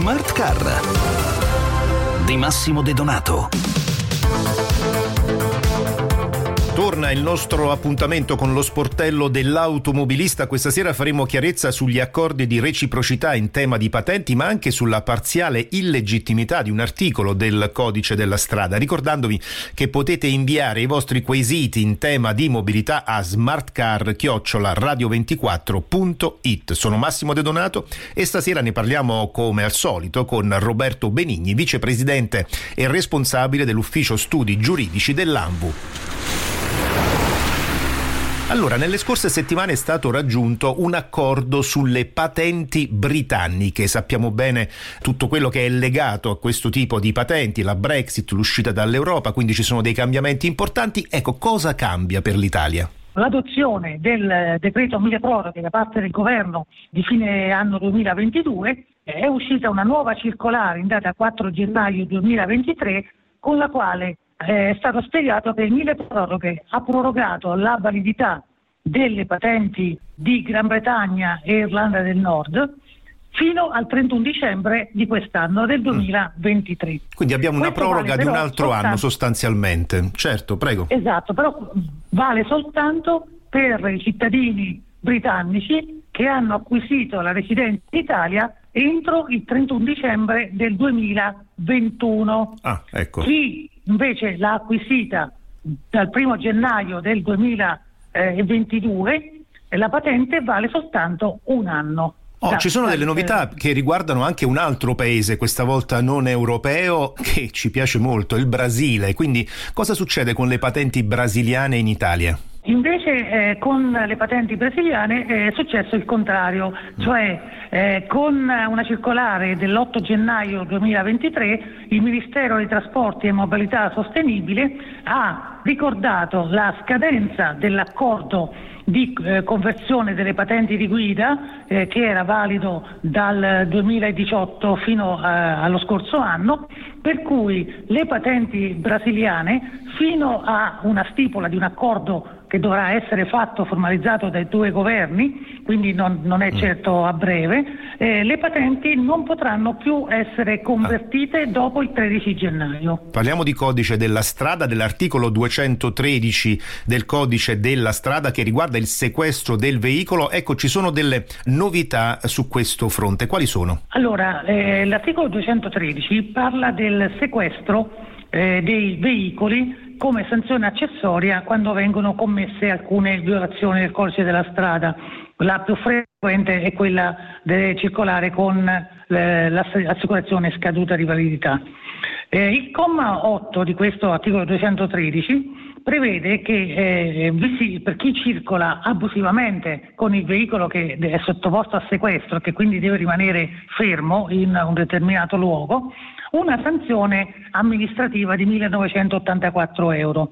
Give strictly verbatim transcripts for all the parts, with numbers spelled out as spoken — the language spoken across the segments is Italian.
Smart Car di Massimo De Donato. Torna il nostro appuntamento con lo sportello dell'automobilista. Questa sera faremo chiarezza sugli accordi di reciprocità in tema di patenti, ma anche sulla parziale illegittimità di un articolo del codice della strada, ricordandovi che potete inviare i vostri quesiti in tema di mobilità a smartcar chiocciola radio ventiquattro punto it. Sono Massimo De Donato e stasera ne parliamo come al solito con Roberto Benigni, vicepresidente e responsabile dell'ufficio studi giuridici dell'ANVU. Allora, nelle scorse settimane è stato raggiunto un accordo sulle patenti britanniche. Sappiamo bene tutto quello che è legato a questo tipo di patenti, la Brexit, l'uscita dall'Europa, quindi ci sono dei cambiamenti importanti. Ecco, cosa cambia per l'Italia? L'adozione del decreto mille proroghe da parte del governo di fine anno duemilaventidue è uscita una nuova circolare in data quattro gennaio duemilaventitré con la quale è stato spiegato che il mille proroghe ha prorogato la validità delle patenti di Gran Bretagna e Irlanda del Nord fino al trentuno dicembre di quest'anno del duemilaventitré. Quindi abbiamo una Questo proroga vale di un però altro soltanto... anno sostanzialmente. Certo, prego. Esatto, però vale soltanto per i cittadini britannici che hanno acquisito la residenza in Italia entro il trentuno dicembre del duemilaventuno. Ah, ecco. Chi invece l'ha acquisita dal primo gennaio del duemilaventidue, la patente vale soltanto un anno. Oh, da, ci sono da, delle novità che riguardano anche un altro paese, questa volta non europeo, che ci piace molto, il Brasile. Quindi cosa succede con le patenti brasiliane in Italia? Invece eh, con le patenti brasiliane è successo il contrario, cioè eh, con una circolare dell'otto gennaio duemilaventitré il Ministero dei Trasporti e Mobilità Sostenibile ha ricordato la scadenza dell'accordo di eh, conversione delle patenti di guida eh, che era valido dal duemiladiciotto fino a, allo scorso anno, per cui le patenti brasiliane fino a una stipula di un accordo che dovrà essere fatto, formalizzato dai due governi, quindi non, non è certo a breve, eh, le patenti non potranno più essere convertite ah. dopo il tredici gennaio. Parliamo di codice della strada, dell'articolo duecentotredici del codice della strada che riguarda il sequestro del veicolo. Ecco, ci sono delle novità su questo fronte. Quali sono? Allora, eh, l'articolo duecentotredici parla del sequestro eh, dei veicoli come sanzione accessoria quando vengono commesse alcune violazioni del codice della strada. La più frequente è quella di circolare con eh, l'assicurazione scaduta di validità. Eh, il comma otto di questo articolo duecentotredici prevede che eh, per chi circola abusivamente con il veicolo che è sottoposto a sequestro, che quindi deve rimanere fermo in un determinato luogo, una sanzione amministrativa di millenovecentottantaquattro euro.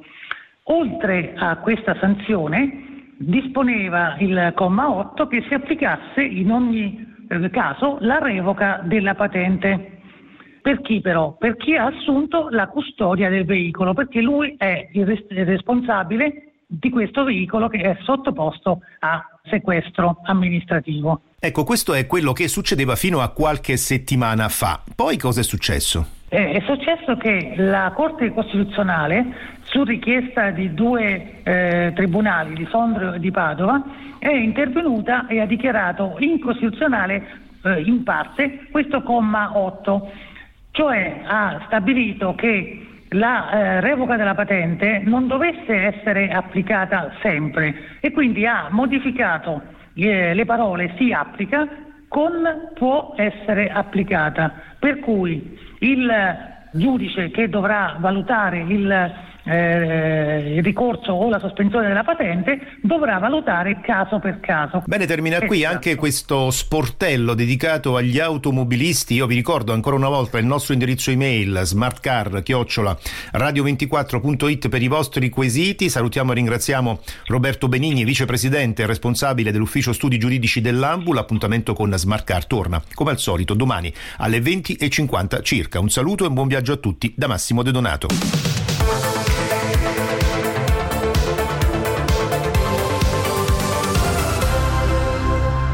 Oltre a questa sanzione disponeva il comma otto che si applicasse in ogni eh, caso la revoca della patente. Per chi però? Per chi ha assunto la custodia del veicolo, perché lui è il res- responsabile di questo veicolo che è sottoposto a sequestro amministrativo. Ecco, questo è quello che succedeva fino a qualche settimana fa. Poi cosa è successo? Eh, è successo che la Corte Costituzionale, su richiesta di due eh, tribunali, di Sondrio e di Padova, è intervenuta e ha dichiarato incostituzionale eh, in parte questo comma otto, cioè ha stabilito che la eh, revoca della patente non dovesse essere applicata sempre e quindi ha modificato eh, le parole si applica con può essere applicata, per cui il giudice che dovrà valutare il, eh, il ricorso o la sospensione della patente dovrà valutare caso per caso. Bene, termina qui esatto. Anche questo sportello dedicato agli automobilisti. Io vi ricordo ancora una volta il nostro indirizzo email smartcar chiocciola radio ventiquattro punto it per i vostri quesiti. Salutiamo e ringraziamo Roberto Benigni, vicepresidente e responsabile dell'ufficio studi giuridici dell'ANVU. L'appuntamento con Smartcar torna come al solito domani alle venti e cinquanta circa. Un saluto e un buon viaggio a tutti da Massimo De Donato.